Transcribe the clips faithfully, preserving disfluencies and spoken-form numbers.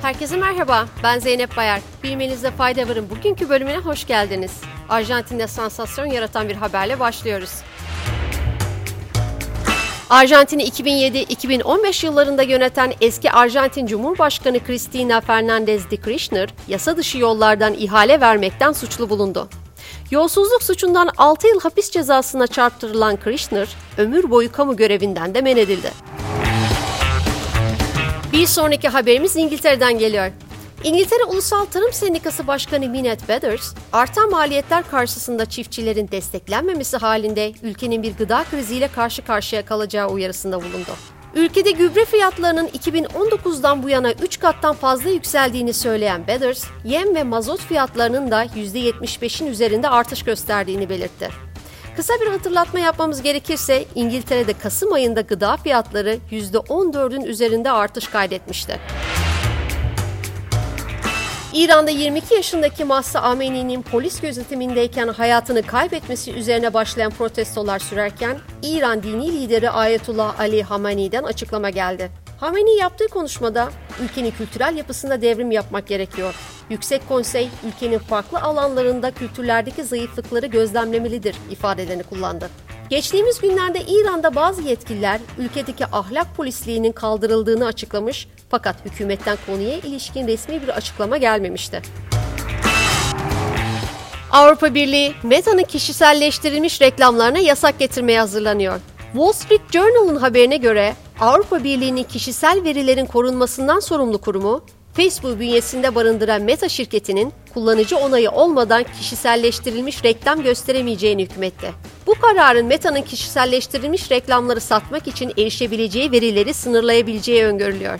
Herkese merhaba, ben Zeynep Bayar. Bilmenizde fayda varın bugünkü bölümüne hoş geldiniz. Arjantin'de sansasyon yaratan bir haberle başlıyoruz. Arjantin'i iki bin yedi iki bin on beş yıllarında yöneten eski Arjantin Cumhurbaşkanı Cristina Fernández de Kirchner, yasa dışı yollardan ihale vermekten suçlu bulundu. Yolsuzluk suçundan altı yıl hapis cezasına çarptırılan Kirchner, ömür boyu kamu görevinden de men edildi. Bir sonraki haberimiz İngiltere'den geliyor. İngiltere Ulusal Tarım Sendikası Başkanı Minette Bathurst, artan maliyetler karşısında çiftçilerin desteklenmemesi halinde ülkenin bir gıda kriziyle karşı karşıya kalacağı uyarısında bulundu. Ülkede gübre fiyatlarının iki bin on dokuzdan bu yana üç kattan fazla yükseldiğini söyleyen Bathurst, yem ve mazot fiyatlarının da yüzde yetmiş beşin üzerinde artış gösterdiğini belirtti. Kısa bir hatırlatma yapmamız gerekirse İngiltere'de Kasım ayında gıda fiyatları yüzde on dördün üzerinde artış kaydetmişti. İran'da yirmi iki yaşındaki Mahsa Amini'nin polis gözetimindeyken hayatını kaybetmesi üzerine başlayan protestolar sürerken İran dini lideri Ayetullah Ali Hamenei'den açıklama geldi. Hamenei yaptığı konuşmada ülkenin kültürel yapısında devrim yapmak gerekiyor. Yüksek Konsey, ülkenin farklı alanlarında kültürlerdeki zayıflıkları gözlemlemelidir ifadelerini kullandı. Geçtiğimiz günlerde İran'da bazı yetkililer ülkedeki ahlak polisliğinin kaldırıldığını açıklamış fakat hükümetten konuya ilişkin resmi bir açıklama gelmemişti. Avrupa Birliği, Meta'nın kişiselleştirilmiş reklamlarına yasak getirmeye hazırlanıyor. Wall Street Journal'ın haberine göre Avrupa Birliği'nin kişisel verilerin korunmasından sorumlu kurumu, Facebook bünyesinde barındıran Meta şirketinin kullanıcı onayı olmadan kişiselleştirilmiş reklam gösteremeyeceğini hükmetti. Bu kararın Meta'nın kişiselleştirilmiş reklamları satmak için erişebileceği verileri sınırlayabileceği öngörülüyor.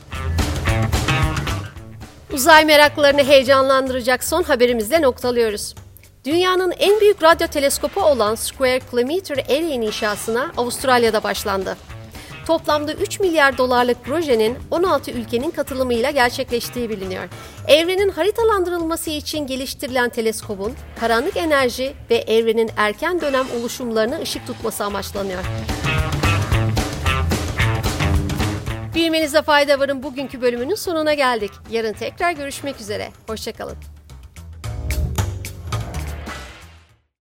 Uzay meraklarını heyecanlandıracak son haberimizle noktalıyoruz. Dünyanın en büyük radyo teleskopu olan Square Kilometre Array'in inşasına Avustralya'da başlandı. Toplamda üç milyar dolarlık projenin on altı ülkenin katılımıyla gerçekleştiği biliniyor. Evrenin haritalandırılması için geliştirilen teleskobun karanlık enerji ve evrenin erken dönem oluşumlarına ışık tutması amaçlanıyor. Bilmenizde fayda varın bugünkü bölümünün sonuna geldik. Yarın tekrar görüşmek üzere. Hoşça kalın.